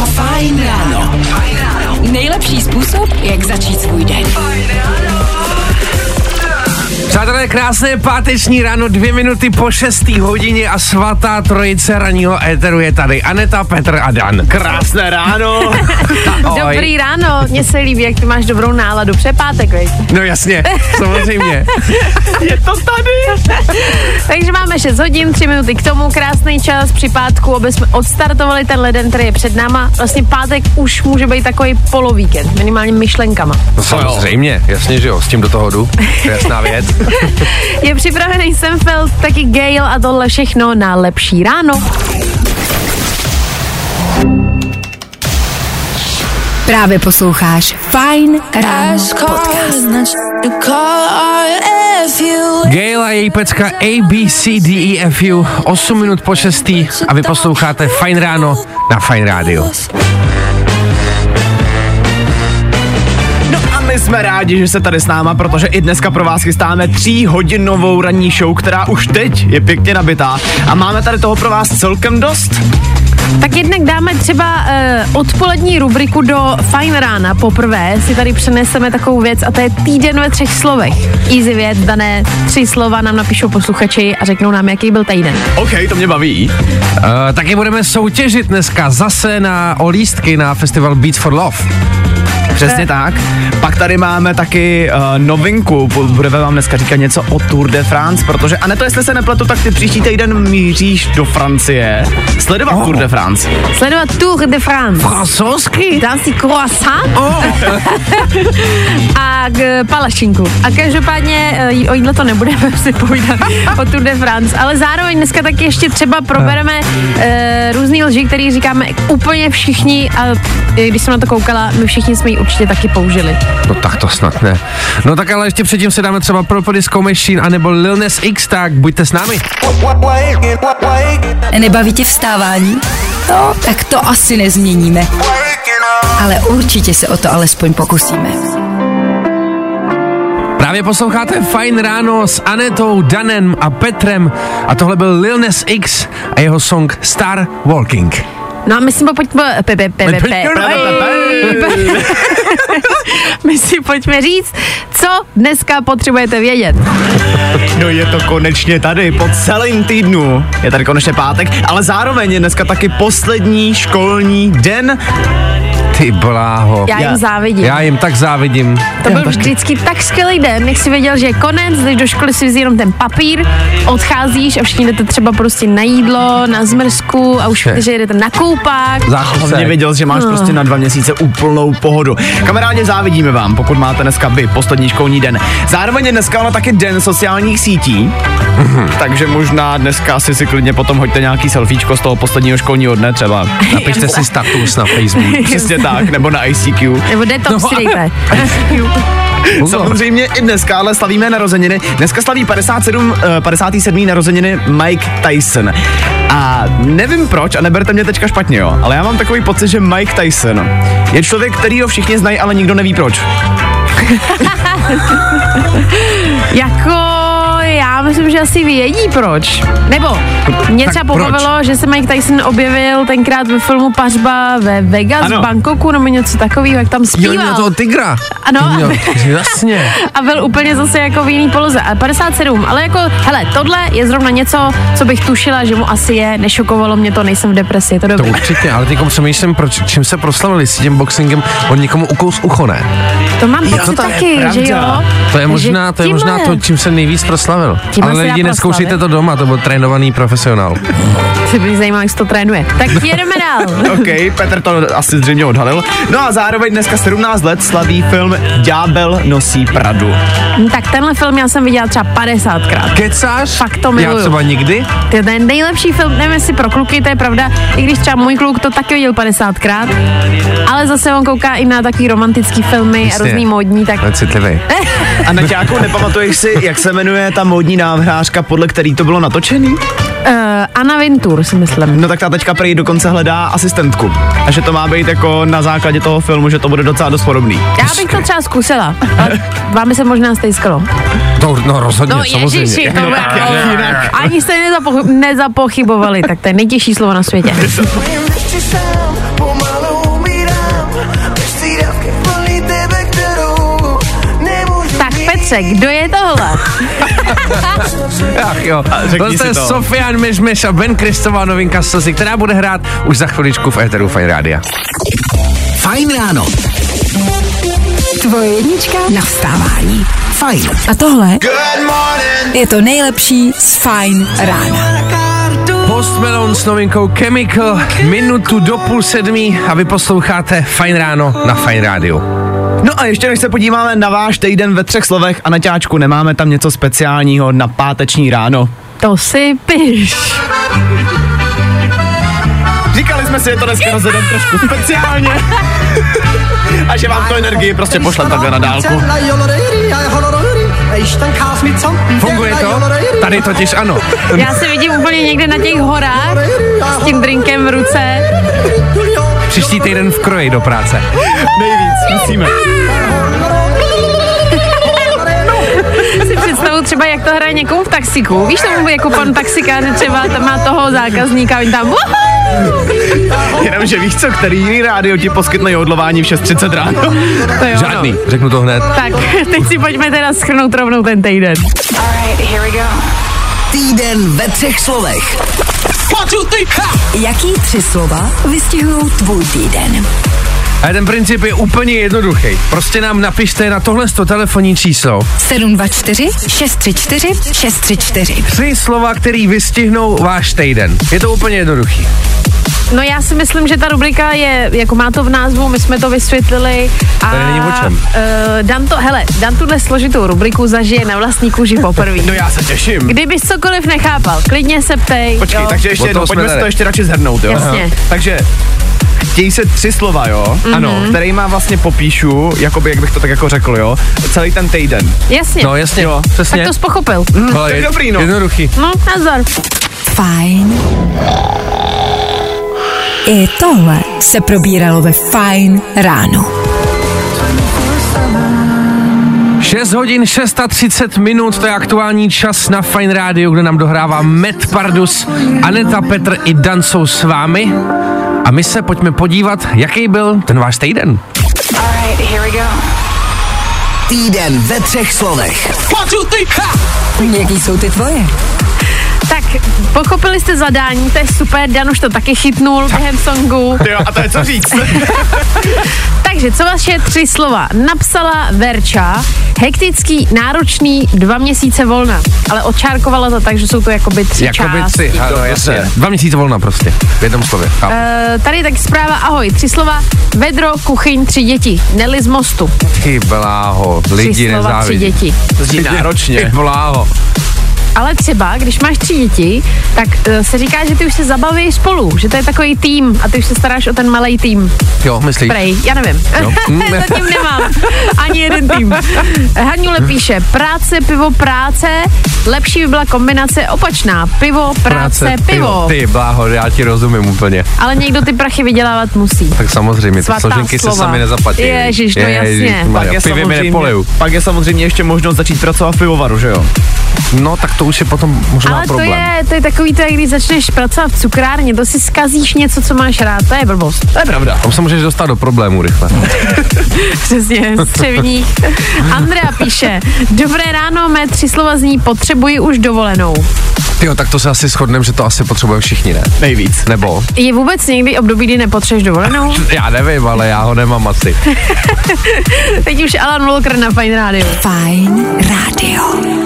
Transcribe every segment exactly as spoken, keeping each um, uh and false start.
Fajn ráno. Nejlepší způsob, jak začít svůj den. Přátelé, krásné páteční ráno, dvě minuty po šestý hodině a svatá trojice ranního éteru je tady. Aneta, Petr a Dan. Krásné ráno. Dobrý ráno, mně se líbí, jak ty máš dobrou náladu. Přepátek, veď? No jasně, samozřejmě. Je to tady. Takže máme šest hodin, tři minuty k tomu, krásný čas při pátku, aby jsme odstartovali ten leden, který je před náma. Vlastně pátek už může být takový polovíkend, minimálně myšlenkama. No samozřejmě, jasně, že jo, s tím do toho jdu, to je jasná věc. Je připravený Semfeld, taky Gale a tohle všechno na lepší ráno. Právě posloucháš Fajn ráno podcast. Gale a její pecka A B C D E F U, osm minut po šestý a vy posloucháte Fajn ráno na Fajn rádiu. My jsme rádi, že jste tady s náma, protože i dneska pro vás chystáme tříhodinovou ranní show, která už teď je pěkně nabitá a máme tady toho pro vás celkem dost. Tak jednak dáme třeba uh, odpolední rubriku do Fajn rána. Poprvé si tady přeneseme takovou věc a to je týden ve třech slovech. Easy věc, dané tři slova nám napíšou posluchači a řeknou nám, jaký byl týden. OK, to mě baví. Uh, taky budeme soutěžit dneska zase na o lístky na festival Beats for Love. Přesně tak. Pak tady máme taky uh, novinku. Budeme vám dneska říkat něco o Tour de France, protože, a ne to, jestli se nepletu, tak ty příští týden míříš do Francie. Sledovat oh. Tour de France. Sledovat Tour de France. Francouzsky? Dám si croissant oh. a k palašinku. A každopádně uh, o jídle to nebudeme si povídat o Tour de France, ale zároveň dneska taky ještě třeba probereme uh, různý lži, který říkáme úplně všichni a když jsem na to koukala, my všichni jsme ji určitě taky použili. No tak to snad ne. No tak ale ještě předtím se dáme třeba Purple Disco Machine anebo Lil Nas X, tak buďte s námi. Nebaví tě vstávání? No, tak to asi nezměníme. Ale určitě se o to alespoň pokusíme. Právě posloucháte Fajn ráno s Anetou, Danem a Petrem a tohle byl Lil Nas X a jeho song Star Walking. No a my si pojďme... My si pojďme říct, co dneska potřebujete vědět. No je to konečně tady, po celém týdnu. Je tady konečně pátek, ale zároveň je dneska taky poslední školní den. Ty bláho. Já jim závidím. Já jim tak závidím. To byl vždycky tak skvělý den, jak jsi věděl, že je konec, jdeš do školy, si vzít jenom ten papír, odcházíš a všichni jdete třeba prostě na jídlo, na zmrzku a už víte, že jdete na koupák. Hlavně věděl, že máš no. prostě na dva měsíce úplnou pohodu. Kamarádi, závidíme vám, pokud máte dneska vy poslední školní den. Zároveň je dneska ale taky den sociálních sítí, mm-hmm. takže možná dneska si si klidně potom hoďte nějaký selfiečko z toho posledního školního dne třeba. Napište si status na Facebook. Přesně tak, nebo na I C Q. Nebo detox si dejte. Samozřejmě i dneska, ale slavíme narozeniny. Dneska slaví padesát sedm, padesát sedm narozeniny Mike Tyson. A nevím proč, a neberte mě teďka špatně, jo, ale já mám takový pocit, že Mike Tyson je člověk, který ho všichni znají, ale nikdo neví proč. Jako... Já myslím, že asi vědí proč. Nebo mě třeba pobavilo, že se Mike Tyson objevil tenkrát ve filmu Pařba ve Vegas, ano. v Bangkoku, nebo něco takového, jak tam zpíval. Jo, toho tygra. Ano. Jo, jasně. A byl úplně zase jako v jiný poloze. A padesát sedm, ale jako, hele, tohle je zrovna něco, co bych tušila, že mu asi je, nešokovalo mě to, nejsem v depresi, je to dobré. To určitě, ale teď přemýšlím, proč, čím se proslavili s tím boxingem, on někomu ukous ucho, ne? To mám pocit taky, že jo. To je možná, to je možná to, čím se nejvíc proslavil. Tím ale lidi, neskoušejte to doma, to byl trénovaný profesionál. To by mě zajímalo, jak se to trénuje. Tak jedeme dál. OK, Petr to asi zřejmě odhalil. No a zároveň dneska sedmnáct let slaví film Ďábel nosí Pradu. Tak tenhle film já jsem viděla třeba padesátkrát. Kecáš? Fakt to miluju. Já třeba nikdy? To je ten nejlepší film, nevím jestli pro kluky, to je pravda, i když třeba můj kluk to taky viděl padesátkrát, ale zase on kouká i na takový romantický filmy Jistě. a různý módní, tak... Citlivý. A na Ťáku, nepamatuješ si, jak se jmenuje ta módní návrhářka, podle který to bylo natočený? Uh, Anna Wintour, si myslím. No tak ta teďka prý dokonce hledá asistentku. A že to má být jako na základě toho filmu, že to bude docela dost podobný. Já bych to třeba zkusila. Vám by se možná stejskalo. No, no rozhodně, no, samozřejmě. Ježiši, to no, tak, jinak. Ani jste nezapo- nezapochybovali, tak to je nejtěžší slovo na světě. Petře, kdo je tohle? Ach jo, to je to. Sofian Myšmeš a Ben Kristová novinka Slzy, která bude hrát už za chviličku v éteru Fajn rádia. Fajn ráno. Tvoje jednička na vstávání. Fajn. A tohle je to nejlepší z Fajn rána. Post Malone s novinkou Chemical, minutu do půl sedmí a vy posloucháte Fajn ráno na Fajn rádiu. No a ještě než se podíváme na váš týden ve třech slovech a Naťáčku, nemáme tam něco speciálního na páteční ráno? To si piš. Říkali jsme si, že to dneska rozjedeme trošku speciálně. A že vám to energii prostě pošlem takhle na dálku. Funguje to? Tady totiž ano. Já se vidím úplně někde na těch horách s tím drinkem v ruce. Příští týden v kroji do práce. Nejvíc, musíme. Si představu třeba, jak to hraje někomu v taxiku. Víš tomu, jako pan taxikář třeba tam má toho zákazníka, oni tam Jenomže víš co, který jiný rádio ti poskytne jodlování v šest třicet ráno? To jo, Žádný, řeknu to hned. Tak, teď si pojďme teda shrnout rovnou ten týden. Týden ve třech slovech. Jaký tři slova vystihují tvůj týden? A ten princip je úplně jednoduchý. Prostě nám napište na tohle sto telefonní číslo sedm dva čtyři šest tři čtyři šest tři čtyři. tři slova, který vystihnou váš týden. Je to úplně jednoduchý. No já si myslím, že ta rubrika je, jako má to v názvu, my jsme to vysvětlili. A Tady není o čem. Uh, Dan to, hele, Dan tuhle složitou rubriku zažije na vlastní kůži poprvé. No já se těším. Kdybys cokoliv nechápal, klidně se ptej. Počkej, jo. takže ještě Od jednou, toho jsme pojďme si tady. to ještě radši zhrnout, jo? Jasně. Aha. Takže chtějí se tři slova, jo? Mhm. Ano. Kterýma vlastně popíšu, jakoby, jak bych to tak jako řekl, jo? Celý ten týden. Jasně, No jasně, Jo. přesně. tak to spochopil. Ale to je je dobrý, no. Jednoduchý. No, nazar. Fajn. I tohle se probíralo ve Fajn ráno. šest hodin třicet šest minut, to je aktuální čas na Fajn rádiu, kde nám dohrává Matt Pardus, Aneta, Petr i Dan jsou s vámi. A my se pojďme podívat, jaký byl ten váš týden. Týden ve třech slovech. Jaký jsou ty tvoje? Tak, pochopili jste zadání, to je super, Dan už to taky chytnul během songu. Jo, a to je co říct. Takže, co vaše tři slova? Napsala Verča, hektický, náročný, dva měsíce volna. Ale odčárkovala to tak, že jsou to jakoby tři Jakoby části. tři, ano, jasně. Dva měsíce volna prostě, v jednom slově. Uh, tady je taky zpráva, ahoj, tři slova, vedro, kuchyň, tři děti, Nelly z Mostu. Ty bláho, Tři lidi slova, tři nezávidí. děti. To zní náročně. Ty bláho. Ale třeba, když máš tři děti, tak uh, se říká, že ty už se zabaví spolu, že to je takový tým a ty už se staráš o ten malej tým. Jo, myslíš? Prej, já nevím. Jo. Zatím nemám ani jeden tým. Haňule píše, práce, pivo, práce, lepší by byla kombinace opačná. Pivo, práce, práce pivo. Ty bláho, já ti rozumím úplně. Ale někdo ty prachy vydělávat musí. Tak samozřejmě, ty Svatá složenky slova. se sami nezaplatí. Ježiš, no jasně. Pak je, Pivy mi nepoleju. pak je samozřejmě ještě možnost začít pracovat v pivovaru, že jo? No, tak to už je potom možná Ale to problém. je, to je takový to, jak když začneš pracovat v cukrárně, to si zkazíš něco, co máš rád, to je blbost. To je pravda. Tam se můžeš dostat do problému rychle. Přesně, střevník. Andrea píše, dobré ráno, mé tři slova zní, potřebuji už dovolenou. Jo, tak to se asi shodneme, že to asi potřebujeme všichni, ne? Nejvíc. Nebo? Je vůbec někdy období, kdy nepotřebuješ dovolenou? Já nevím, ale já ho nemám asi. Teď už Alan Walker na Fajn rádiu. Fajn rádio.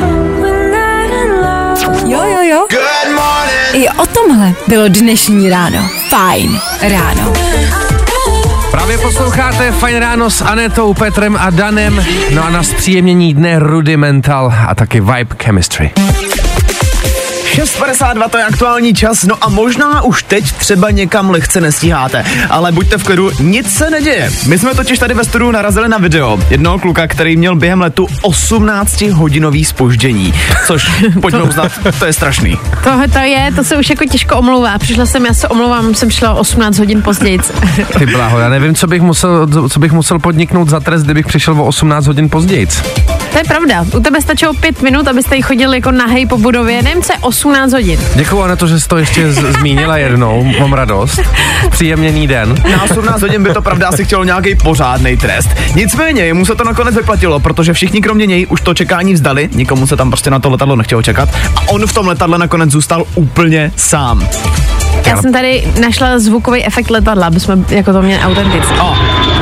Jo, jo, jo. I o tomhle bylo dnešní ráno. Fajn ráno. Právě posloucháte Fajn ráno s Anetou, Petrem a Danem. No a na zpříjemnění dne Rudimental a taky Vibe Chemistry. šest padesát dva, to je aktuální čas, no a možná už teď třeba někam lehce nestíháte, ale buďte v klidu, nic se neděje. My jsme totiž tady ve studiu narazili na video jednoho kluka, který měl během letu osmnáctihodinový zpoždění, což pojďme uznat, to je strašný. Tohle to je, to se už jako těžko omlouvá. Přišla jsem, já se omlouvám, jsem přišla o osmnáct hodin později. Ty bláho, já nevím, co bych musel, co bych musel podniknout za trest, kdybych přišel o osmnáct hodin později. To je pravda. U tebe stačilo pět minut, abyste jí chodili jako nahej po budově. Nemce osmnáct hodin. Děkuju na to, že jsi to ještě z- zmínila jednou. Mám radost. Příjemněný den. Na osmnáct hodin by to pravda asi chtělo nějaký pořádný trest. Nicméně, jemu se to nakonec vyplatilo, protože všichni kromě něj už to čekání vzdali, nikomu se tam prostě na to letadlo nechtělo čekat a on v tom letadle nakonec zůstal úplně sám. Já jsem tady našla zvukový efekt letadla, aby jsme jako to měli autenticky. Oh.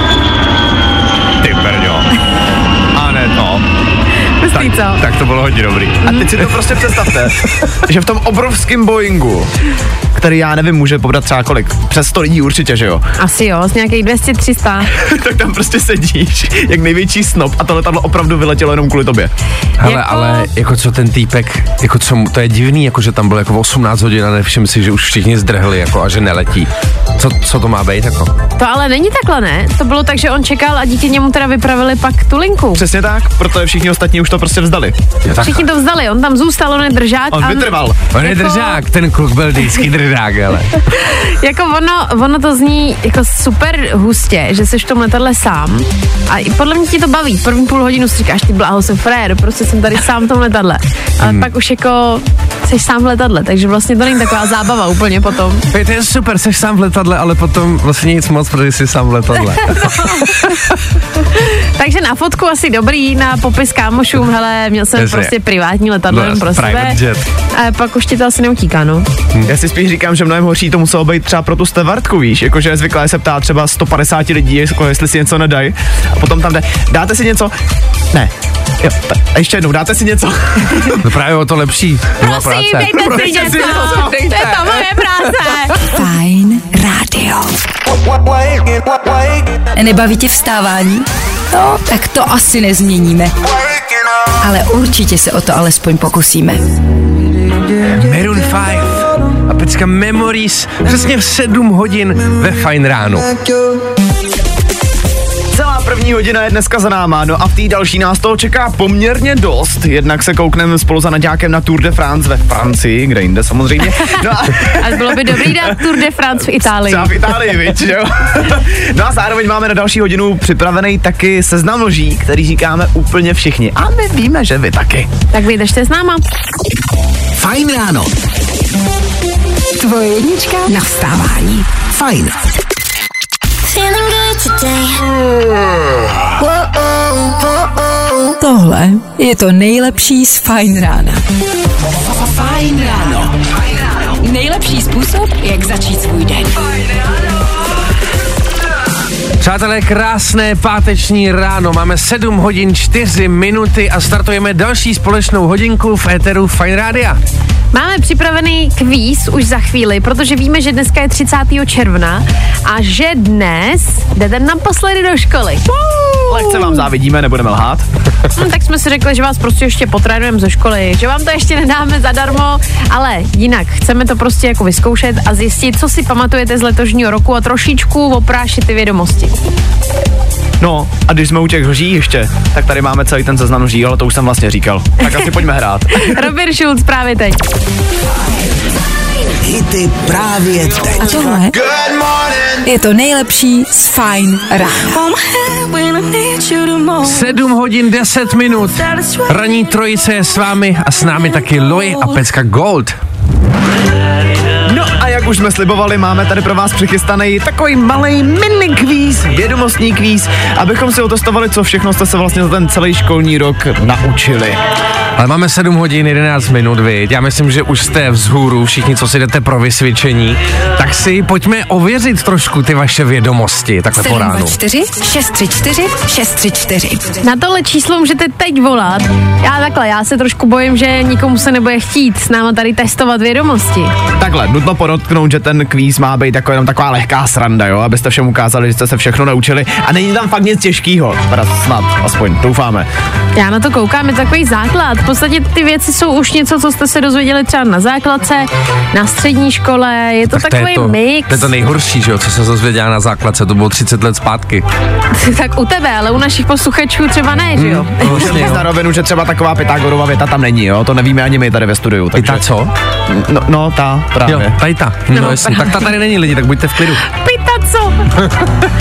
Ty brďo. A ne to. Pustý, co? Tak to bylo hodně dobrý. A teď si to prostě představte, že v tom obrovském Boeingu, který já nevím, může pobrat třeba kolik, přes sto lidí určitě, že jo? Asi jo, z nějakých dvě stě tři sta. Tak tam prostě sedíš, jak největší snob a to letadlo opravdu vyletělo jenom kvůli tobě. Hele, Jako- ale jako co ten týpek, jako co, mu- to je divný, jako že tam bylo jako osmnáct hodin a nevšiml si, že už všichni zdrhli jako a že neletí. Co, co to má být jako? To ale není takhle, ne? To bylo tak, že on čekal a díky němu teda vypravili pak tu linku. Přesně tak, protože všichni ostatní už to prostě vzdali. Jo, tak. Všichni to vzdali, on tam zůstal, on je držák. On a vytrval. On je jako- držák, ten kluk byl vždycky držák, ale. Jako ono, ono to zní jako super hustě, že jsi v tom letadle sám a i podle mě ti to baví. První půl hodinu si říkáš, ty bláho, jsem frér, prostě jsem tady sám v tom letadle. Ale Hmm. pak už jako jsi sám v letadle, takže vlastně to není taková zábava úplně potom. To je super, jsi sám v letadle, ale potom vlastně nic moc, protože jsi sám v letadle. Takže na fotku asi dobrý, na popis kámošům, hele, měl jsem Jasně. prostě privátní letadlo No, jen pro private sebe. jet. A pak už ti to asi neutíká, no. Já si spíš říkám, že mnohem horší to muselo být třeba pro tu stevardku, víš, jakože je zvyklá se ptá třeba sto padesát lidí, jako jestli si něco nedají a potom tam jde, dáte si něco? Ne. Jo, ta, a ještě jednou, dáte si něco? No právě o to lepší. Byla Prosím, práce. dejte si Prosím, něco, si něco, to je to moje práce. Fajn rádio. Nebaví tě vstávání? No, tak to asi nezměníme. Ale určitě se o to alespoň pokusíme. Maroon pět a pecka Memories přesně v sedm hodin ve Fajn ráno. Celá první hodina je dneska za náma, no a v té další nás toho čeká poměrně dost. Jednak se koukneme spolu za naďákem na Tour de France ve Francii, kde jinde samozřejmě. No a Ale bylo by dobrý dát Tour de France v Itálii. třeba v Itálii, viď, jo? No a zároveň máme na další hodinu připravený taky seznam lží, který říkáme úplně všichni. A my víme, že vy taky. Tak vydržte s náma. Fajn ráno. Tvoje jednička na vstávání. Fajn. Tohle je to nejlepší z Fajn rána. Fajn ráno. Nejlepší způsob, jak začít svůj den. Přátelé, krásné páteční ráno, máme sedm hodin čtyři minuty a startujeme další společnou hodinku v éteru Fajn rádia. Máme připravený kvíz už za chvíli, protože víme, že dneska je třicátého června a že dnes jdete naposledy do školy. Lehce vám závidíme, nebudeme lhát. No, tak jsme si řekli, že vás prostě ještě potrénujeme ze školy, že vám to ještě nedáme zadarmo, ale jinak chceme to prostě jako vyzkoušet a zjistit, co si pamatujete z letošního roku a trošičku oprášit ty vědomosti. No, a když jsme u těch lží ještě, tak tady máme celý ten seznam lží, ale to už jsem vlastně říkal. Tak asi pojďme hrát. Robin Schulz právě teď. Hity právě teď. A tohle je to nejlepší z Fajn rána. sedm hodin deset minut. Ranní trojice je s vámi a s námi taky Loi a pecka Gold. No a jak už jsme slibovali, máme tady pro vás přichystaný takový malý mini kvíz, vědomostní kvíz, abychom si otestovali, co všechno jste se vlastně za ten celý školní rok naučili. Ale máme sedm hodin jedenáct minut, viď? Já myslím, že už jste vzhůru, všichni, co si jdete pro vysvědčení, tak si pojďme ověřit trošku ty vaše vědomosti, takhle po sedm ránu. dva čtyři šest tři čtyři šest tři čtyři. Na tohle číslo můžete teď volat. Já takhle, já se trošku bojím, že nikomu se nebude chtít s náma tady testovat vědomosti. Takhle, nutno podotknout, že ten kvíz má být jako jenom taková lehká sranda, jo, abyste všem ukázali, že jste se všechno naučili a není tam fakt nic těžkýho. Teda snad, aspoň, doufáme. Já na to koukám, je to takový základ. V podstatě ty věci jsou už něco, co jste se dozvěděli třeba na základce, na střední škole, je to Tak takový je to, mix. to je to nejhorší, že jo, co se dozvěděla na základce, to bylo třicet let zpátky. Tak u tebe, ale u našich posluchačů třeba ne, že jo? Hmm, Můžeme vlastně, říct na jo. rovinu, že třeba taková Pythagorova věta tam není, jo, to nevíme ani my tady ve studiu. I Takže... ta co? No, no ta, právě. Jo, tady ta. No, No, jasně, tak ta tady není lidi, tak buďte v klidu. Pita co? Pita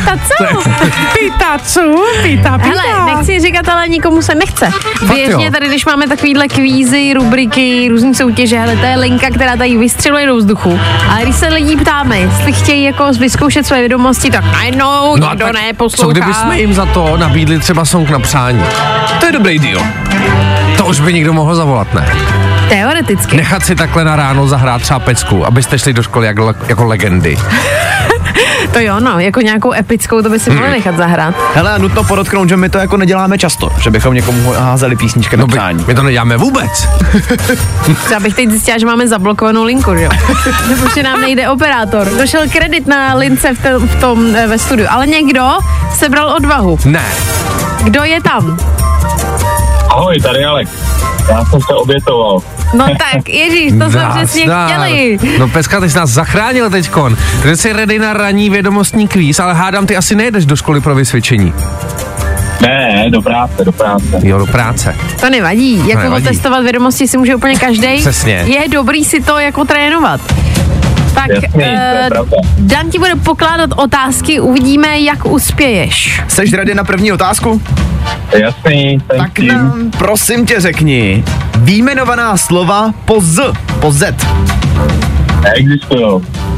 Pita co? Pita co? Pita, pita. Hele, nechci říkat, ale nikomu se nechce. Běžně tady, když máme takovýhle kvízy, rubriky, různý soutěže, hele, to je linka, která tady vystřeluje do vzduchu. Ale když se lidí ptáme, jestli chtějí jako vyzkoušet své vědomosti, tak najednou No nikdo tak neposlouchá. co kdyby jsme jim za to nabídli třeba song na přání? To je dobrý deal. To už by někdo mohl zavolat, ne? Teoreticky. Nechat si takhle na ráno zahrát třeba pecku, abyste šli do školy jako, jako legendy. To jo, no, jako nějakou epickou, to by si mohli nechat zahrát. Hele, a nutno podotknout, že my to jako neděláme často, že bychom někomu házeli písničky na No, přání. my, my to neděláme vůbec. Třeba bych teď zjistila, že máme zablokovanou linku, že jo? Nebo že nám nejde operátor. Došel kredit na lince v, te, v tom e, ve studiu, ale někdo sebral odvahu. Ne. Kdo je tam? Ahoj, tady Alek. Já jsem se obětoval. No tak, ježíš, to jsme Dá, přesně dá. chtěli. No Peska, ty jsi nás zachránil teďkon. Ty jsi ready na ranní vědomostní kvíz, ale hádám, ty asi nejedeš do školy pro vysvědčení. Ne, do práce, do práce. Jo, do práce. To nevadí, jako nevadí. testovat vědomosti si může úplně každej. Přesně. Je dobrý si to jako trénovat. Tak Jasný, to je eh, pravda. Dan ti bude pokládat otázky, uvidíme, jak uspěješ. Seš ready na první otázku? Jasný, ten Tak tím. nám, prosím tě, řekni výjmenovaná slova po Z, po Z. Neexistujou.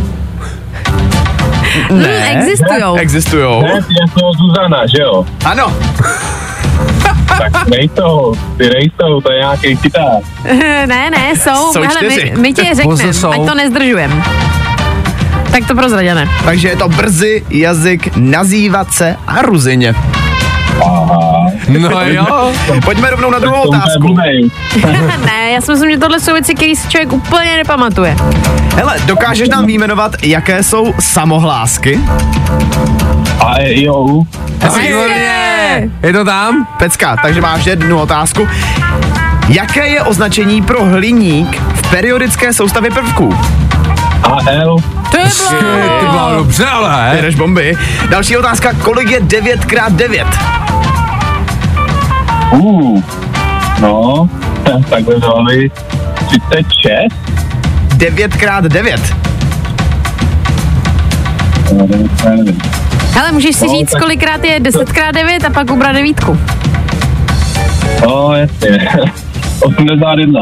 Hmm, existujou. Existujou. Ne, ty jako Zuzana, že jo? Ano. Tak nejsou, ty nejsou, to je nějaký chyták. ne, ne, jsou. Jsou Hele, čtyři. my, my ti je Pouze řekneme, jsou. ať to nezdržujeme. Tak to prozraděne. Takže je to brzy, jazyk, nazývat se a ruzině. Aha. No jo. Pojďme rovnou na druhou To úplně otázku. blbej. ne, já si myslím, že tohle jsou věci, které si člověk úplně nepamatuje. Hele, dokážeš nám výjmenovat, jaké jsou samohlásky? A e, i, o, u. Výborně. Je to tam? Pecka, takže máš jednu otázku. Jaké je označení pro hliník v periodické soustavě prvků? A, L. To je Ty byla dobře, ale. Jedeš bomby. Další otázka, kolik je devět krát devět? Uh. No, takhle dali třicet šest. devět krát devět. Hele, můžeš si No, říct, tak- kolikrát je deset krát devět a pak ubrat devítku. No, jasně. osmdesát jedna.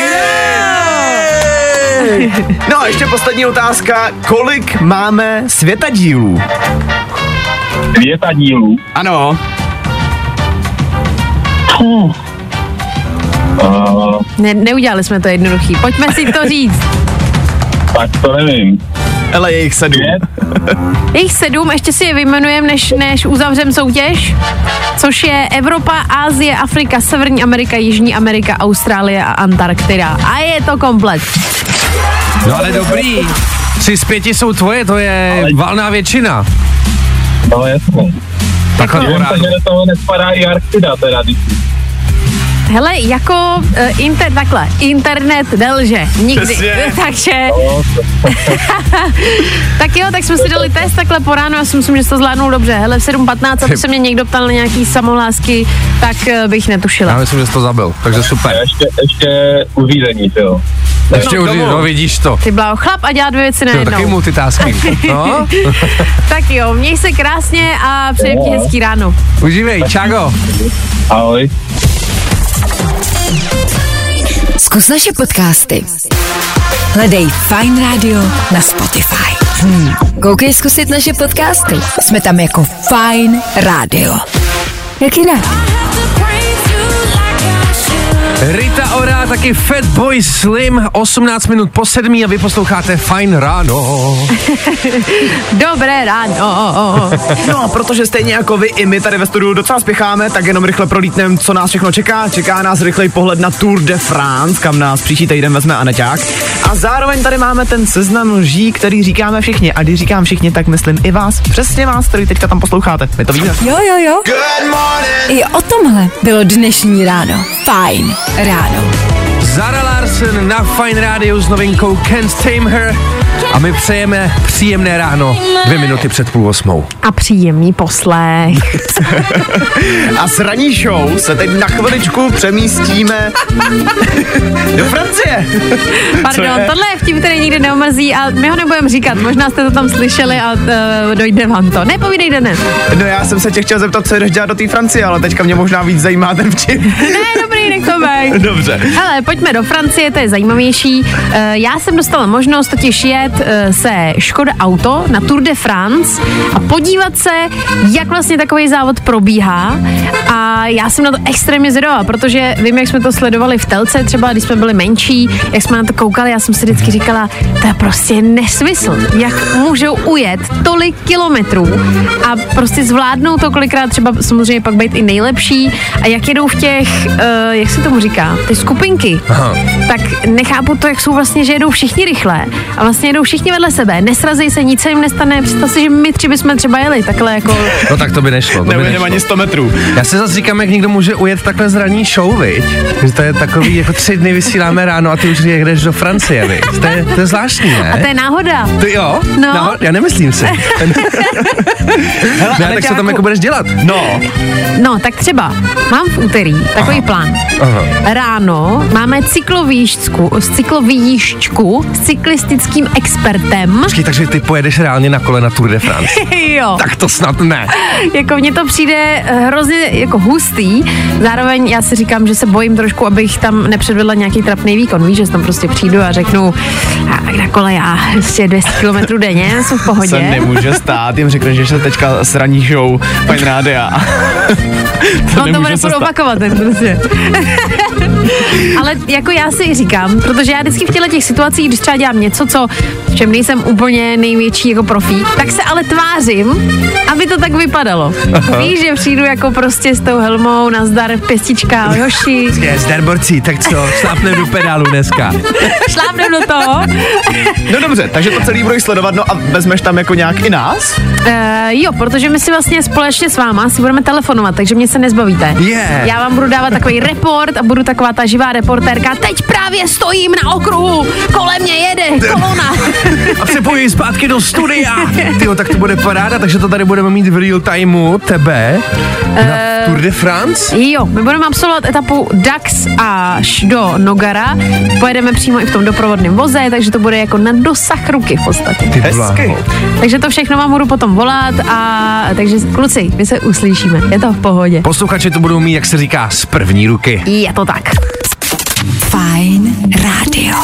No a ještě poslední otázka, kolik máme světadílů? Světa dílů. Ano. Uh, Ne, neudělali jsme to jednoduchý. Pojďme si to říct. tak to nevím. Ale je jich sedm. Pět? Je jich sedm, ještě si je vyjmenujeme, než, než uzavřem soutěž, což je Evropa, Asie, Afrika, Severní Amerika, Jižní Amerika, Austrálie a Antarktida. A je to komplet. No ale dobrý. Tři z pěti jsou tvoje, to je valná většina. No, jasně. Takhle Jako- po Jenom se, ránu. že do toho nespadá i Arktida teda, když Hele, jako uh, inter, takhle, internet nelže. Nikdy. Přesně. Takže, tak jo, tak jsme si dali test takhle po ránu, já si myslím, že jsi to zvládnul dobře. Hele, v sedm patnáct, a to se mě někdo ptal na nějaký samohlásky, tak uh, bych netušila. Já myslím, že jsi to zabil, takže super. ještě, ještě uřízení, jo. Ještě no, už, domů. no vidíš to. Ty bláho, chlap a dělá dvě věci To je taky najednou. multitasking. No, Tak jo, měj se krásně a přeji ti hezký ráno. užívej, čago. Ahoj. Zkus naše podcasty. Hledej Fine Radio na Spotify. Hmm. Koukej zkusit naše podcasty. Jsme tam jako Fine Radio. Jak jinak? Rita Ora, taky Fatboy Slim, osmnáct minut po sedmí a vy posloucháte Fajn ráno. Dobré ráno. No a protože stejně jako vy i my tady ve studiu docela spěcháme, tak jenom rychle prolítneme, co nás všechno čeká. Čeká nás rychlej pohled na Tour de France, kam nás příští týden vezme Aneťák. A zároveň tady máme ten seznam lží, který říkáme všichni. A když říkám všichni, tak myslím i vás. Přesně vás, který teďka tam posloucháte. My to víme. Jo, jo, jo. I o tomhle bylo dnešní ráno. Fajn ráno. Zara Larsson na Fine Radio s novinkou Can't Tame Her. a my přejeme příjemné ráno, dvě minuty před půl osmou. A příjemný poslech. A s ranní show se teď na chviličku přemístíme do Francie. Pardon, tohle je vtip, který nikdy neomrzí a my ho nebudeme říkat. Možná jste to tam slyšeli a uh, dojde vám to. Nepovídejte ne. No já jsem se tě chtěl zeptat, co jdeš dělat do té Francie, ale teďka mě možná víc zajímá ten vtip. Ne, dobrý, nech to být. Dobře. Hele, pojďme do Francie, to je zajímavější. Uh, já jsem dostala možnost totiž jet uh, se Škoda Auto na Tour de France a podívat se, jak vlastně takový závod probíhá. A já jsem na to extrémně zvědavá, protože vím, jak jsme to sledovali v telce, třeba když jsme byli menší, jak jsme na to koukali, já jsem si vždycky říkala, to je prostě nesmysl, jak můžou ujet tolik kilometrů a prostě zvládnou to kolikrát třeba samozřejmě pak být i nejlepší a jak jedou v těch, uh, jak se tomu říká, ty skupinky, aha, tak nechápu to, jak jsou vlastně, že jedou všichni rychle a vlastně jedou všichni vedle sebe, nesrazí se, nic se jim nestane, představ si, že my tři bychom třeba jeli takhle jako... No tak to by nešlo. Neujedeme ani sto metrů. Já si zase říkám, jak někdo může ujet takhle z ranní show, viď? Že to je takový, jako tři dny vysíláme ráno a ty už jdeš do Francie, viď? To je, to je zvláštní, ne? A to je náhoda. Ty jo? No. Náhod, já nemyslím si. Hele, ne, tak co tam jako budeš dělat? No. No, tak třeba mám v úterý takový aha, plán. Aha. Ráno máme cyklovížďku, cyklovížďku s cyklistickým expertem. Počkej, takže ty pojedeš reálně na kole na Tour de France. Jo. Tak to snad ne. Jako mně to přijde hrozně jako hustý. Zároveň já si říkám, že se bojím trošku, abych tam nepředvedla nějaký trapný výkon. Víš, že tam prostě přijdu a řeknu, a na kole já ještě dvě stě kilometrů denně, jsem v pohodě. Se nemůže stát, jim řekne, že se teďka s ranní show Fajn rádia. To no to bude furt opakovat, ten prostě. Ale jako já si říkám, protože já vždycky v těchto těch situacích, když třeba dělám něco, co v čem nejsem úplně největší jako profík, tak se ale tvářím, aby to tak vypadalo. Aha. Víš, že přijdu jako prostě s tou helmou, nazdar, pěstička, hoši. Zdar borci, tak co, šlápnem do pedálu dneska. Šlápnem do toho. No dobře, takže to celý budeš sledovat, no a vezmeš tam jako nějak i nás? Uh, jo, protože my si vlastně společně s váma si budeme telefonovat, takže mě se nezbavíte. Yeah. Já vám budu dávat takový report a budu taková ta živá reportérka. Teď právě stojím na okruhu, kolem mě jede kolona. A připojí zpátky do studia. Tyjo, tak to bude paráda, takže to tady budeme mít v real timeu tebe na uh, Tour de France. Jo, my budeme absolvovat etapu Dax až do Nogara. Pojedeme přímo i v tom doprovodném voze, takže to bude jako na dosah ruky v podstatě. Ty hezky. Takže to všechno vám budu potom volat a takže kluci, my se uslyšíme. Je to v pohodě. Posluchači to budou mít, jak se říká, z první ruky. Je to tak. Fajn rádio.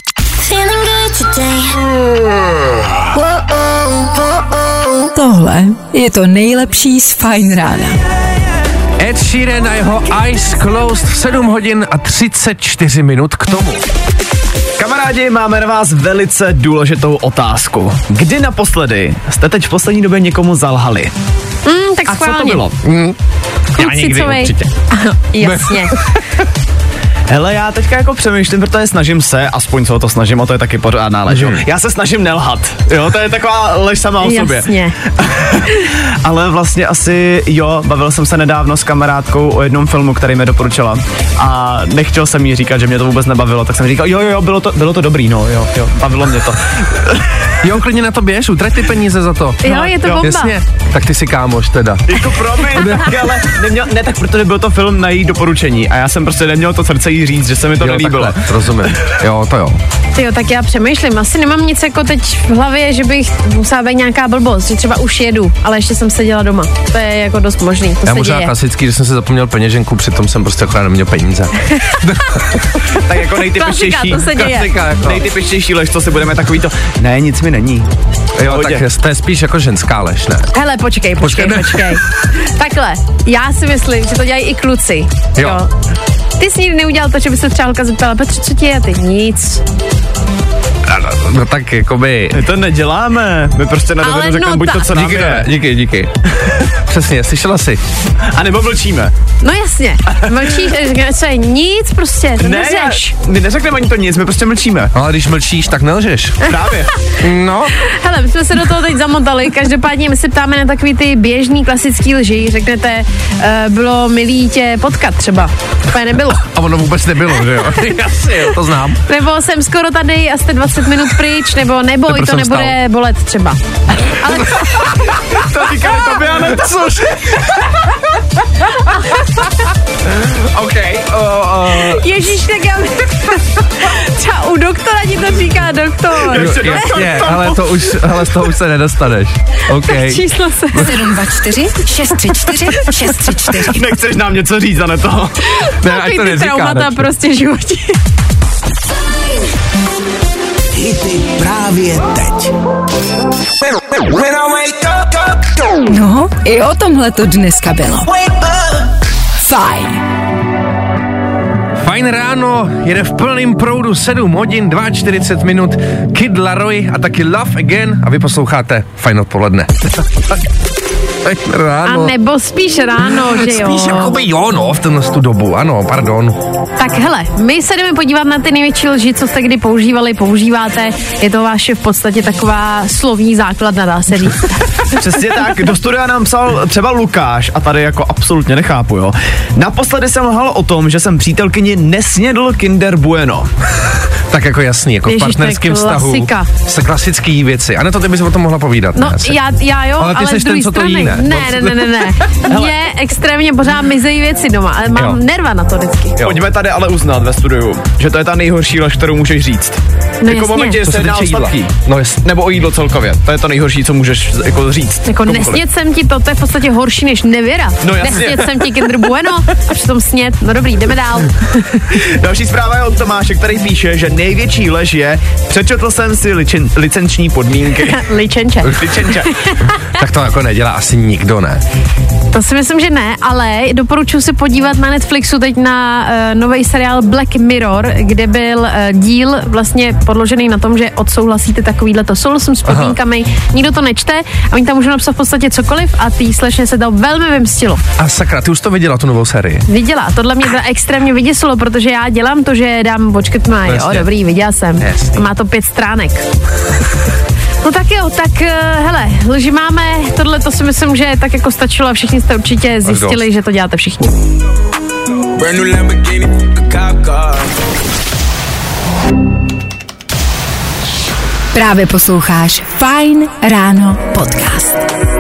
Tohle je to nejlepší z Fajn rána. Ed Sheeran a jeho Eyes Closed v sedm hodin a třicet čtyři minut k tomu. Kamarádi, máme na vás velice důležitou otázku. Kdy naposledy jste teď v poslední době někomu zalhali? Mm, tak a schválně. co to bylo? Mm. Já někdy určitě. Ano, jasně. Hele, já teďka jako přemýšlím, protože snažím se, aspoň co to snažím, a to je taky pořádná lež. Mm. Já se snažím nelhat, jo, to je taková lež sama o sobě. Jasně. Ale vlastně asi, jo, bavil jsem se nedávno s kamarádkou o jednom filmu, který mi doporučila a nechtěl jsem jí říkat, že mě to vůbec nebavilo, tak jsem říkal, jo, jo, jo, bylo to, bylo to dobrý, no, jo, jo, bavilo mě to. Jo, klidně na to běž, utrať ty peníze za to. Jo, je to jo, bomba. Jasně, tak ty si kámoš teda. Jako promiň, ale neměl, ne, tak protože byl to film na její doporučení a já jsem prostě neměl to srdce jí říct, že se mi to jo, nelíbilo. Takhle, rozumím, jo, to jo. Jo, tak já přemýšlím, asi nemám nic jako teď v hlavě, že bych musela být nějaká blbost, že třeba už jedu, ale ještě jsem seděla doma. To je jako dost možný, to já se možná děje. klasický, že jsem si zapomněl peněženku, přitom jsem prostě akorát neměl peníze. Tak jako nejtypičtější, Klasika, to se děje. Klasika, jako. nejtypičtější lež, co si budeme takový to, ne, nic mi není. Jo, tak to je spíš jako ženská lež, ne? Hele, počkej, počkej, Počkej, počkej. Takhle, já si myslím, že to dělají i kluci. Jo. jo. Ty jsi nikdy neudělal to, že by se třeba holka zeptala, Petře, co ti je? Ty nic. No, no tak jakoby... My to neděláme, my prostě na rovinu řekneme no buď ta- to, co nám Díky, je. díky, díky. Přesně, slyšela jsi. A nebo mlčíme. No jasně, mlčíš a říkáš, co je nic prostě, to neřeš. my neřekneme ani to nic, my prostě mlčíme. No, ale když mlčíš, tak nelžeš. Právě. No. Hele, my jsme se do toho teď zamotali, každopádně my se ptáme na takový ty běžný klasický lži, řeknete, uh, bylo milý tě potkat třeba, úplně nebylo. A ono vůbec nebylo, že jo? Jasně, jo, to znám. Nebo jsem skoro tady a jste dvacet deset minut pryč, nebo neboj, to, to nebude stal. bolet třeba. Ale... to říkali tobě, ale to což? OK. Uh, uh. Ježíš, tak já... třeba u doktora ti to říká doktor. Jo, jasně, ale to už, ale z toho už se nedostaneš. OK. Tak číslo se. sedm dva čtyři šest tři čtyři šest tři čtyři. Nechceš nám něco říct, ale toho. Ne, ať to neříká. Traumata prostě v životě. Hity právě teď. No, i o tomhle to dneska bylo. Fajn. Fajn ráno, jede v plným proudu sedm hodin čtyřicet dva minut. Kid Laroi a taky Love Again a vy posloucháte Fajn odpoledne. Ráno. A nebo spíš ráno, že jo? Spíš jako by jo, no, v tenhle tu dobu, ano, pardon. Tak hele, my se jdeme podívat na ty největší lži, co jste kdy používali, používáte. Je to vaše v podstatě taková slovní základna, dá se říct. Přesně tak, do studia nám psal třeba Lukáš a tady jako absolutně nechápu, jo. Naposledy jsem lhal o tom, že jsem přítelkyni nesnědl Kinder Bueno. Tak jako jasný, jako Ježiš, v partnerském vztahu se klasický věci. A ne to, ty bys o tom mohla povídat. No ne, já, já jo, ale, ty ale z druhé strany. Ne, ne, ne, ne, ne, ne. Mně extrémně pořád mizejí věci doma, ale mám jo. nerva na to vždycky. Jo. Pojďme tady ale uznat ve studiu, že to je ta nejhorší lež, kterou můžeš říct. No jako v momentě, že se jedná o sladký. No jasně. Nebo o jídlo celkově. To je to nejhorší, co můžeš jako říct. Jako nesnět jsem ti to, to je v podstatě horší než nevěra. No jasně. Nesnět jsem ti Kinder Bueno a přitom snět. No dobrý, jdeme dál. Další zpráva je od Tomáše, který píše, že největší lež je, přečetl jsem si licen, licenční podmínky. Licenče. Licenče. Tak to jako nedělá asi nikdo, ne? To si myslím, že ne, ale doporučuji se podívat na Netflixu teď na uh, nový seriál Black Mirror, kde byl uh, díl vlastně podložený na tom, že odsouhlasíte takovýhle to souhlasím s podmínkami, nikdo to nečte a oni tam můžou napsat v podstatě cokoliv a tý slečně se to velmi vymstilo. A sakra, ty už to viděla, tu novou sérii? Viděla, tohle mě teda extrémně vyděsilo, protože já dělám to, že dám počkat má, jo, dobrý, viděla jsem. Jasně. Má to pět stránek. No tak jo, tak uh, hele, lži máme, tohle to si myslím, že tak jako stačilo a všichni jste určitě zjistili, že to děláte všichni. Právě posloucháš Fajn ráno podcast.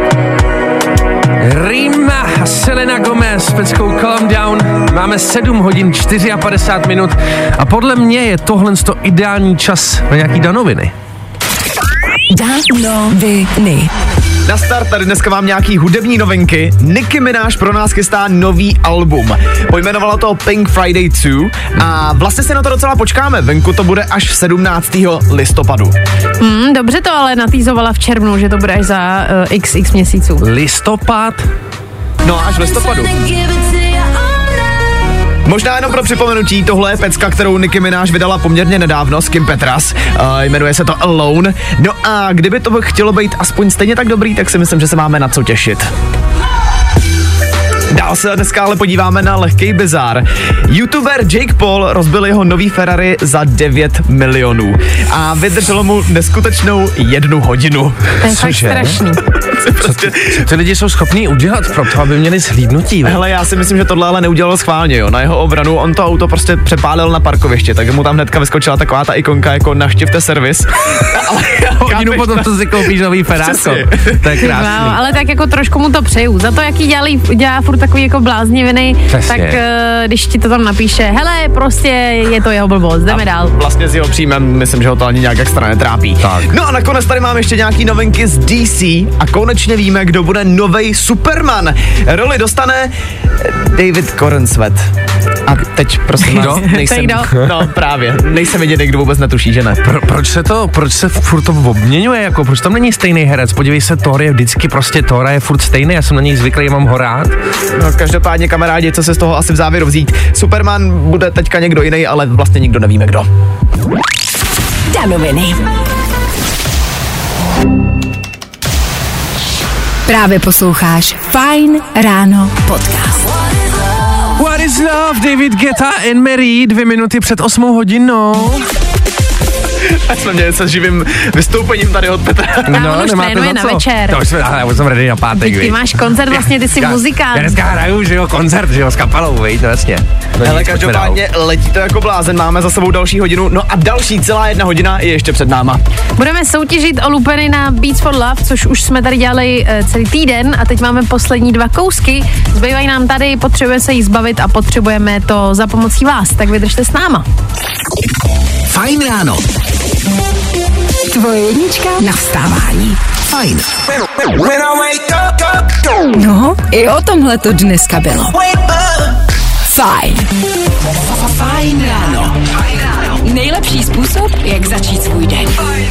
Rima a Selena Gomez s peckou Calm Down. Máme sedm hodin padesát čtyři minut a podle mě je tohle to ideální čas na nějaký danoviny. Danoviny. Na start tady dneska mám nějaký hudební novinky. Nicki Minaj pro nás chystá nový album. Pojmenovalo to Pink Friday dva a vlastně se na to docela počkáme. Venku to bude až sedmnáctého listopadu. Mm, dobře to ale natýzovala v červnu, že to bude až za uh, x x měsíců. Listopad? No až v listopadu. Možná jenom pro připomenutí, tohle je pecka, kterou Nicki Minaj vydala poměrně nedávno s Kim Petras. Uh, jmenuje se to Alone. No a kdyby to chtělo být aspoň stejně tak dobrý, tak si myslím, že se máme na co těšit. Dál se dneska ale podíváme na lehkej bizár. YouTuber Jake Paul rozbil jeho nový Ferrari za devět milionů a vydrželo mu neskutečnou jednu hodinu. To je fakt strašný. Prostě... Co, co ty lidi jsou schopní udělat pro to, aby měli zhlídnutí? Hele, já si myslím, že tohle ale neudělal schválně, jo. Na jeho obranu on to auto prostě přepálil na parkoviště, takže mu tam hnedka vyskočila taková ta ikonka jako navštivte servis. Ale hodinu potom to si koupíš nový Ferrárko. To je krásný. Wow, ale tak jako trošku mu to přeju. Za to, jaký dělali, dělá furt takový jako blázniviny, tak uh, když ti to tam napíše, hele, prostě je to jeho blbost, jdeme a dál. Vlastně s jeho příjmem myslím, že ho to ani nějak extra netrápí. Tak. No a nakonec tady máme ještě nějaký novinky z D C a konečně víme, kdo bude novej Superman. Roli dostane David Corenswet. A teď prosím vás, nejsem, no právě, nejsem vidět, kdo vůbec netuší, že ne. Pro, proč se to, proč se furt to obměňuje, jako proč tam není stejný herec? Podívej se, Thor je vždycky prostě Thor je furt stejný, já jsem na něj zvyklý, mám ho rád. No každopádně kamarádi, co se z toho asi v závěru vzít. Superman bude teďka někdo jiný, ale vlastně nikdo nevíme kdo. Danoviny. Právě posloucháš Fajn ráno podcast. What is love? David Guetta and Mary, dvě minuty před osmou hodinou. Jsme měli se živým vystoupením tady od Petra. No, on už trénuje na večer. To už jsme, ale už jsem ready na pátek, Ty máš koncert, vlastně ty jsi já, muzikant. Já dneska hraju, že jo, koncert, že jo, s kapelou, vej, to jasně. No, Ale nic, každopádně letí to jako blázen, máme za sebou další hodinu, no a další celá jedna hodina je ještě před náma. Budeme soutěžit o lupeny na Beats for Love, což už jsme tady dělali uh, celý týden a teď máme poslední dva kousky. Zbývají nám tady, potřebujeme se jí zbavit a potřebujeme to za pomocí vás, tak vydržte s náma. Fajn ráno. Tvoje jednička na vstávání. Fajn. No, i o tomhle to dneska bylo. Fajn. Fajn ráno. Nejlepší způsob, jak začít svůj den.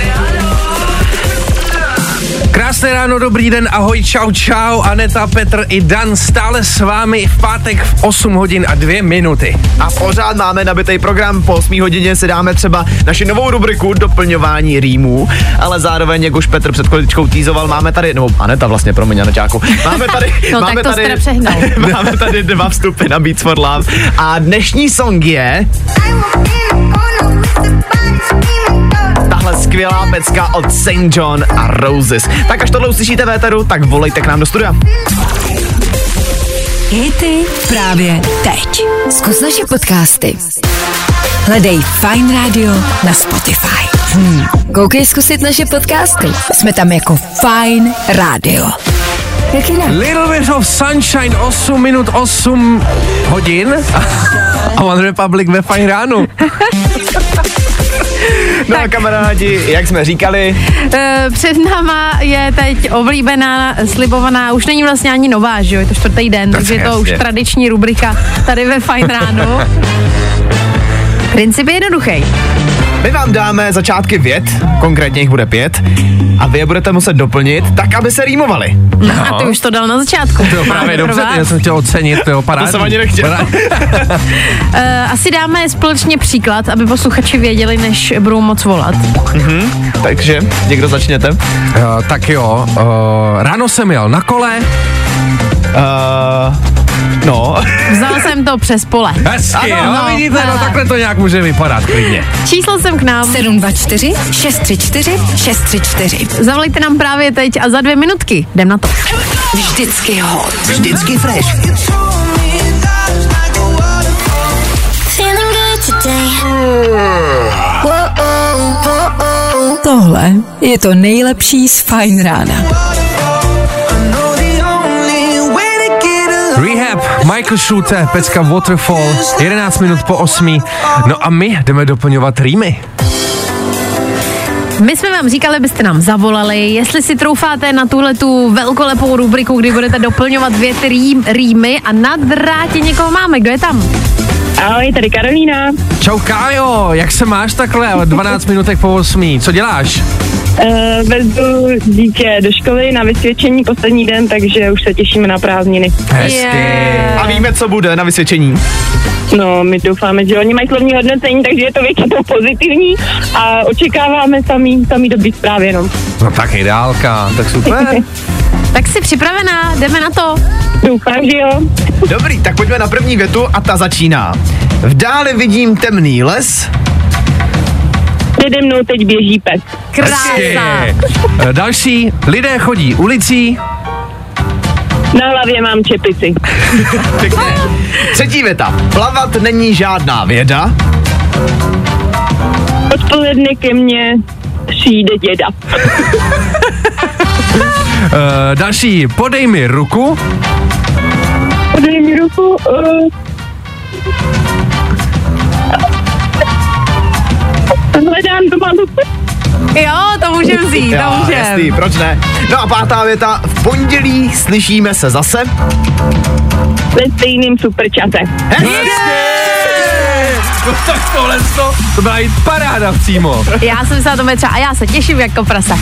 Krásné ráno, dobrý den, ahoj, čau, čau, Aneta, Petr i Dan stále s vámi v pátek v osm hodin a dvě minuty. A pořád máme nabitý program, po osmé hodině si dáme třeba naši novou rubriku doplňování rýmů, ale zároveň, jak už Petr před chviličkou týzoval, máme tady, nebo Aneta vlastně, promiň, Aneťáku, máme tady, no, máme, tak to tady máme tady dva vstupy na Beats for Love a dnešní song je tahle skvělá pecka od Saint John a Roses. Tak až tohle uslyšíte v éteru, tak volejte k nám do studia. Hity právě teď. Zkus naše podcasty. Hledej Fajn Radio na Spotify. Hmm. Koukej zkusit naše podcasty. Jsme tam jako Fajn Radio. Jak jinak? Little bit of sunshine, osm minut, osm hodin a One Republic ve Fajn ránu. No a kamarádi, jak jsme říkali, Uh, před náma je teď oblíbená, slibovaná, už není vlastně ani nová, že jo, je to čtvrtý den, takže je to už tradiční rubrika tady ve Fajn ráno. Princip je jednoduchý. my vám dáme začátky vět, konkrétně jich bude pět, a vy je budete muset doplnit tak, aby se rýmovaly. No. A ty už to dal na začátku. To právě dobře, já jsem chtěl ocenit, to parádní. To jsem ani nechtěl. uh, asi dáme společně příklad, aby posluchači věděli, než budou moc volat. Mhm, takže někdo začněte. Uh, tak jo, uh, ráno jsem jel na kole. Uh, no. Vzal jsem to přes pole. Hezky, Ano, no, no, vidíte, no takhle to nějak může vypadat klidně. Číslo jsem k nám. sedm dva čtyři šest tři čtyři šest tři čtyři. Zavolejte nám právě teď a za dvě minutky. Jdem na to. Vždycky hot. Vždycky fresh. Tohle je to nejlepší z Fajn rána. Rehab, Michael Schulte, pecka Waterfall, jedenáct minut po osmi. No a my jdeme doplňovat rýmy. My jsme vám říkali, abyste nám zavolali, jestli si troufáte na tuhle tu velkolepou rubriku, kdy budete doplňovat věty rým, rýmy a na drátě někoho máme. Kdo je tam? Ahoj, tady Karolína. Čau Kájo, jak se máš takhle? dvanáct minutek po osmi. Co děláš? Uh, vezu dítě do školy na vysvědčení poslední den, takže už se těšíme na prázdniny. Hezky. Yeah. A víme, co bude na vysvědčení. No, my doufáme, že oni mají slovní hodnocení, takže je to většinou pozitivní a očekáváme samý, samý dobrý zprávy jenom. No tak ideálka, tak super. Tak jsi připravená, jdeme na to. Doufám, že jo. Dobrý, tak pojďme na první větu a ta začíná. V dáli vidím temný les. Přede mnou teď běží pes. Krása. E, Další, lidé chodí ulicí. Na hlavě mám čepici. Pěkně. Třetí věta. Plavat není žádná věda. Odpoledne ke mně přijde děda. E, Další, podej mi ruku. Podej mi ruku. Uh... Hledám doma ruku. Jo, to můžeme vzít, to můžeme. Jasný, proč ne? No a pátá věta. V pondělí slyšíme se zase. Ve stejným superčase. Hezky! No tak tohle to, to byla jít paráda přímo. Já jsem se na to třeba a já se těším jako prasa.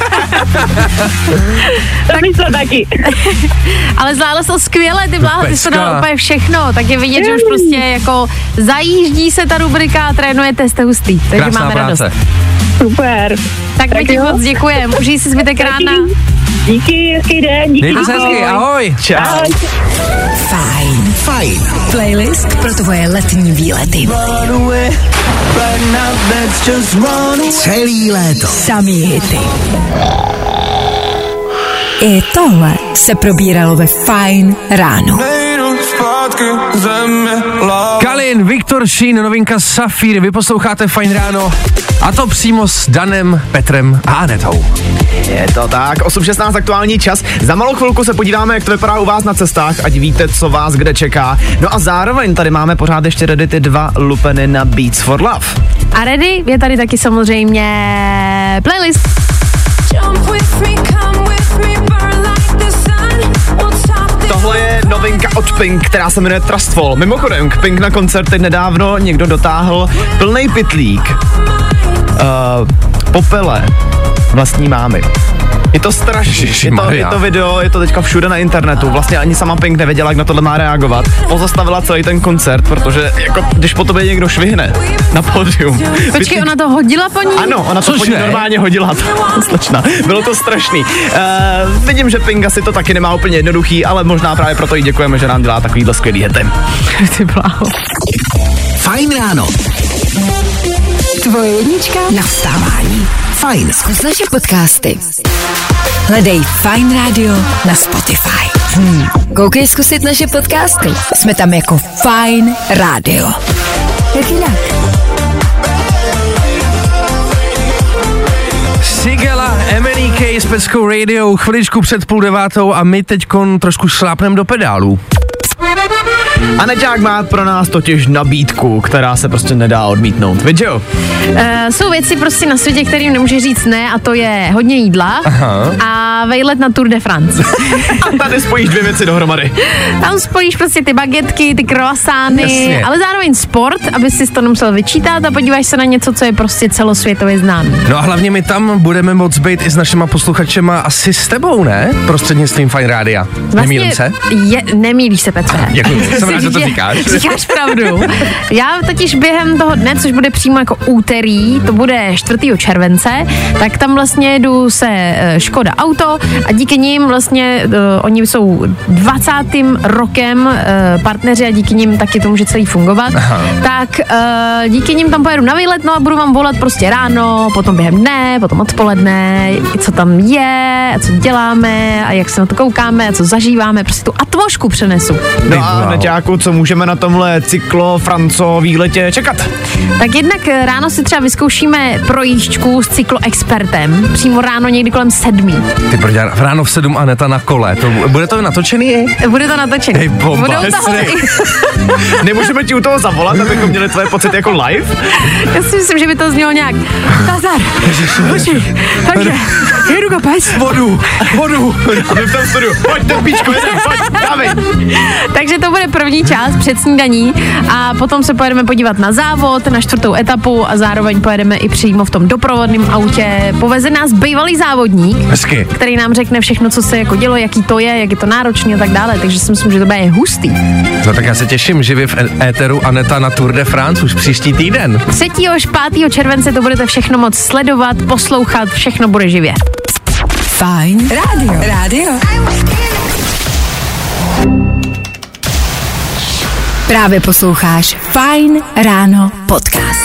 To myslím taky. Ale zvládla to skvěle, ty bláho, ty jsi to dala úplně všechno, tak je vidět, že už prostě jako zajíždí se ta rubrika a trénujete, jste hustý, takže Krásná máme práce. radost. Super. Tak, Tak my ti jo. moc děkujeme, užij si zbytek rána. Díky, hezký den. Díky. Mějte se hezky, ahoj. Čau. Ahoj. Fajn. Fajn. Playlist pro tvoje letní výlety. Celý léto. Samý hity. I tohle se probíralo ve Fajn ráno. Kalin, Viktor Šín, novinka Safír, vy posloucháte Fajn ráno a to přímo s Danem, Petrem a Anetou. Je to tak, osm šestnáct aktuální čas. Za malou chvilku se podíváme, jak to vypadá u vás na cestách, ať víte, co vás kde čeká. No a zároveň tady máme pořád ještě ready ty dva lupeny na Beats for Love. A ready je tady taky samozřejmě playlist. Tohle je novinka od Pink, která se jmenuje Trustful. Mimochodem, k Pink na koncert teď nedávno někdo dotáhl plnej pytlík uh, popele vlastní mámy. Je to strašný, je to, je to video, je to teďka všude na internetu, vlastně ani sama Pink nevěděla, jak na tohle má reagovat. Pozastavila celý ten koncert, protože jako, když po tobě někdo švihne na pódium. Počkej, ty... ona to hodila po ní? Ano, ona to po ní normálně hodila, slečna. Bylo to strašný. Uh, vidím, že Pink asi to taky nemá úplně jednoduchý, ale možná právě proto jí děkujeme, že nám dělá takovýhle skvělý hity. Ty bláho. Fajn ráno. Tvoje jednička na vstávání. Fajn. Zkus naše podcasty. Hledej Fajn Radio na Spotify. Hmm. Koukej zkusit naše podcasty. Jsme tam jako Fajn Radio. Jak jinak? Sigala, M N E K s Peckou Radio, chviličku před půl devátou a my teďkon trošku šlápnem do pedálů. Aneťák má pro nás totiž nabídku, která se prostě nedá odmítnout. Víš jo? Uh, jsou věci prostě na světě, kterým nemůže říct ne, a to je hodně jídla. Aha. A vejlet na Tour de France. A tady spojíš dvě věci dohromady. Tam spojíš prostě ty bagetky, ty croissány, ale zároveň sport, aby si to nemusel vyčítat a podíváš se na něco, co je prostě celosvětově známý. No a hlavně my tam budeme moc být i s našima posluchačema asi s tebou, ne? Prostřednictvím Fajn rádia. Vlastně nemýlím se? Je, nemýlíš se, Petře. Děkuji, jsem rád, že to říkáš. Říkáš pravdu. Já totiž během toho dne, což bude přímo jako úterý, to bude čtvrtého července, tak tam vlastně jedu se Škoda Auto a díky nim vlastně, uh, oni jsou dvacátým rokem uh, partneři a díky nim taky to může celý fungovat. Aha. Tak uh, díky nim tam pojedu na výlet, no a budu vám volat prostě ráno, potom během dne, potom odpoledne, co tam je, a co děláme a jak se na to koukáme a co zažíváme, prostě tu atmosféru přenesu. No a Neťáku, co můžeme na tomhle cyklo Franco výletě čekat? Tak jednak ráno si třeba vyzkoušíme projížďku s cykloexpertem, přímo ráno někdy kolem sedmí. Ty prdě, ráno v sedm Aneta na kole, to, bude to natočený? Bude to natočený. Hej, bomba. Budou toho i... Nemůžeme ti u toho zavolat, abychom měli tvoje pocity jako live? Já si myslím, že by to znělo nějak. Nazar, hoši, takže, jedu kopec. Vodu, vodu. A my v tom studiu, pojď tempíčko, jedem, pojď, dávej. Takže to bude první část před snídaní a potom se pojedeme podívat na závod, na čtvrtou etapu a zároveň pojedeme i přímo v tom doprovodném autě. Poveze nás bývalý závodník, Hezky. který nám řekne všechno, co se jako dělo, jaký to je, jak je to náročný a tak dále, takže si myslím, že to bude hustý. No tak já se těším, živě v éteru Aneta na Tour de France už příští týden. třetího až pátého července to budete všechno moc sledovat, poslouchat, všechno bude živě. Fajn rádio. Rádio. Právě posloucháš Fajn ráno podcast.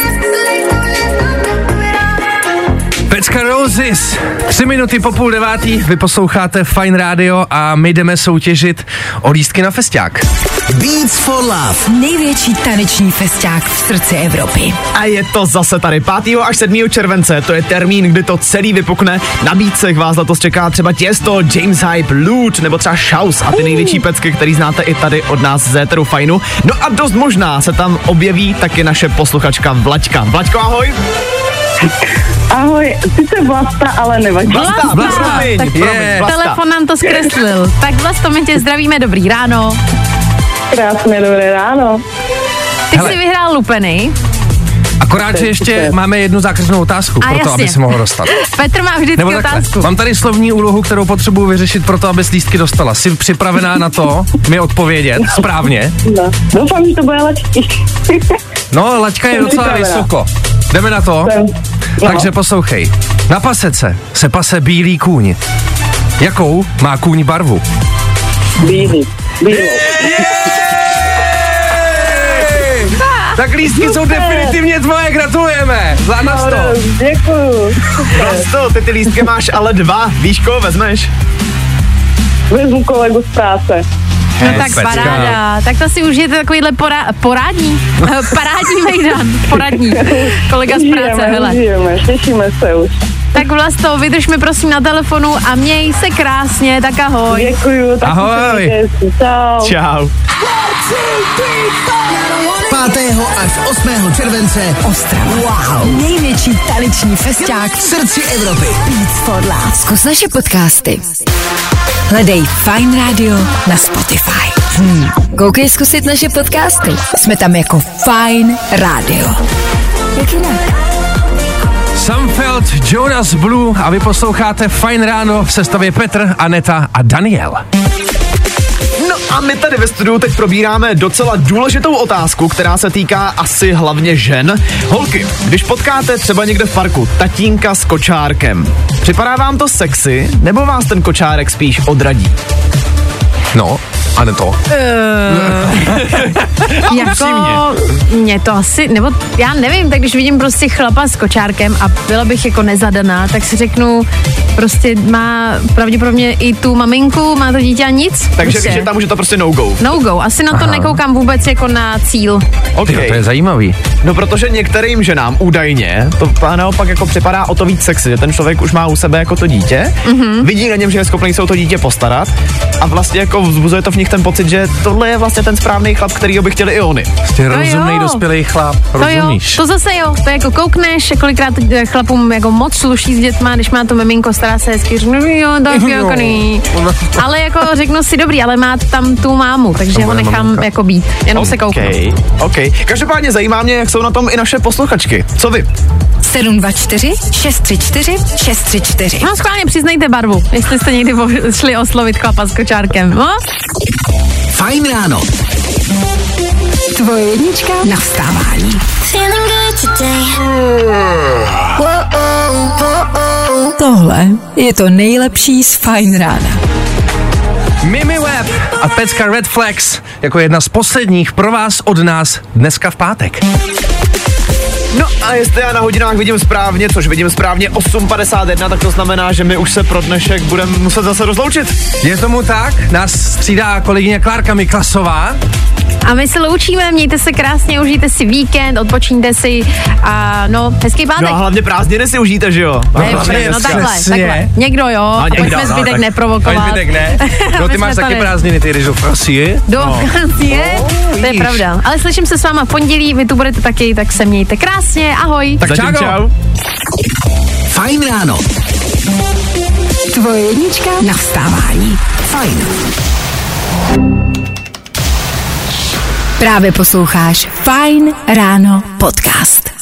Pecka Roses, tři minuty po půl devátý, vy posloucháte Fajn rádio a my jdeme soutěžit o lístky na festiák. Beats for Love. Největší taneční festiák v srdci Evropy. A je to zase tady pátého až sedmého července, to je termín, kdy to celý vypukne. Na bícech vás letos čeká třeba Tiesto, James Hype, Loot nebo třeba Shouse a ty největší pecky, který znáte i tady od nás z éteru Fajnu. No a dost možná se tam objeví taky naše posluchačka Vlaďka. Vlaďko, ahoj! Ahoj, sice Vlasta, ale nevadí. Vlasta, Vlasta, promiň, tak promiň, Vlasta. Telefon nám to zkreslil. Tak Vlasto, my tě zdravíme, dobrý ráno. Krásné dobré ráno. Ty Hele. jsi vyhrál lupeny. Akorát, že ještě máme jednu zákaznou otázku A pro to, jasně. aby si mohl dostat. Petr má vždycky Nebo takhle, otázku. mám tady slovní úlohu, kterou potřebuji vyřešit pro to, aby lístky dostala. Jsi připravená na to mi odpovědět správně? No, doufám, že to bude lepší. No, laťka je Jsem docela připravená. vysoko. Jdeme na to? Jsem. No. Takže poslouchej. Na pasece se pase bílý kůň. Jakou má kůň barvu? Bílý. Bílou. Tak lístky jsou definitivně tvoje, gratulujeme. Za na sto. Děkuju. Prosto, ty ty lístky máš ale dva. Víš, koho vezmeš? Vezmu kolegu z práce. No tak paráda. Tak to si užijete takovýhle pora- porádní, parádní mejdan, poradní. Kolega z práce, Užijeme, hele. užijeme, těšíme se už. Tak Vlasto, vydržme prosím na telefonu a měj se krásně, tak ahoj. Děkuju, tak Ahoj. Čau. Čau. pátého až osmého července Ostrava. Wow. Největší taneční festiák v srdci Evropy. Beats for Love. Zkus naše podcasty. Hledej Fine Radio na Spotify. Hmm. Koukej zkusit naše podcasty. Jsme tam jako Fine Radio. Jak jinak? Samfeld, Jonas Blue a vy posloucháte Fajn ráno v sestavě Petr, Aneta a Daniel. No a my tady ve studiu teď probíráme docela důležitou otázku, která se týká asi hlavně žen. Holky, když potkáte třeba někde v parku tatínka s kočárkem, připadá vám to sexy, nebo vás ten kočárek spíš odradí? No, a ne to. Jako, mě to asi, nebo já nevím, tak když vidím prostě chlapa s kočárkem a byla bych jako nezadaná, tak si řeknu, prostě má pravděpodobně i tu maminku, má to dítě a nic. Takže prostě. když je tam už je to prostě no-go. No go, asi na to Aha. nekoukám vůbec jako na cíl. Okay. Tyjo, to je zajímavý. No protože některým ženám údajně to naopak jako připadá o to víc sexy, že ten člověk už má u sebe jako to dítě, mm-hmm. vidí na něm, že je schopný se o to dítě postarat a vlastně jako vzbuzuje to v nich ten pocit, že tohle je vlastně ten správný chlap, kterýho by chtěli i oni. Jste rozumnej jo. dospělý chlap, To rozumíš? jo, to zase jo, to jako koukneš, kolikrát chlapům jako moc sluší s dětma, když má to miminko, stará se hezky, řeknu, no jo, tak jako ní. Ale jako řeknu si, dobrý, ale má tam tu mámu, takže ho bude nechám maminka. jako být, jenom se kouknu. OK. Každopádně zajímá mě, jak jsou na tom i naše posluchačky. Co vy? sedm dva čtyři šest tři čtyři šest tři čtyři. No schválně přiznejte barvu, jestli jste někdy šli oslovit chlapa s kočárkem, no? Fajn ráno. Tvoje jednička na vstávání. Tohle je to nejlepší z Fajn rána. Mimi Webb a pecka Red Flags jako jedna z posledních pro vás od nás dneska v pátek. No a jestli já na hodinách vidím správně, což vidím správně osm padesát jedna, tak to znamená, že my už se pro dnešek budeme muset zase rozloučit. Je tomu tak? Nás střídá kolegyně Klárka Miklasová. A my se loučíme, mějte se krásně, užijte si víkend, odpočíňte si a no, hezký pátek. No a hlavně prázdniny si užijte, že jo? Ne, hlavně přesně, no dneska. takhle, Přesně. takhle. Někdo jo, No, někdo, pojďme no, zbytek tak- neprovokovat. Pojď zbytek ne. No Aby ty jsme máš to taky ne- prázdniny, ty jdeš do Francie. Do No. Francie, No, to je vidíš. pravda. Ale slyším se s váma v pondělí, vy tu budete taky, tak se mějte krásně, ahoj. Tak Zatím čau. čau. Fajn ráno. Tvoje jednička na vstávání. Fajn. Právě posloucháš Fajn ráno podcast.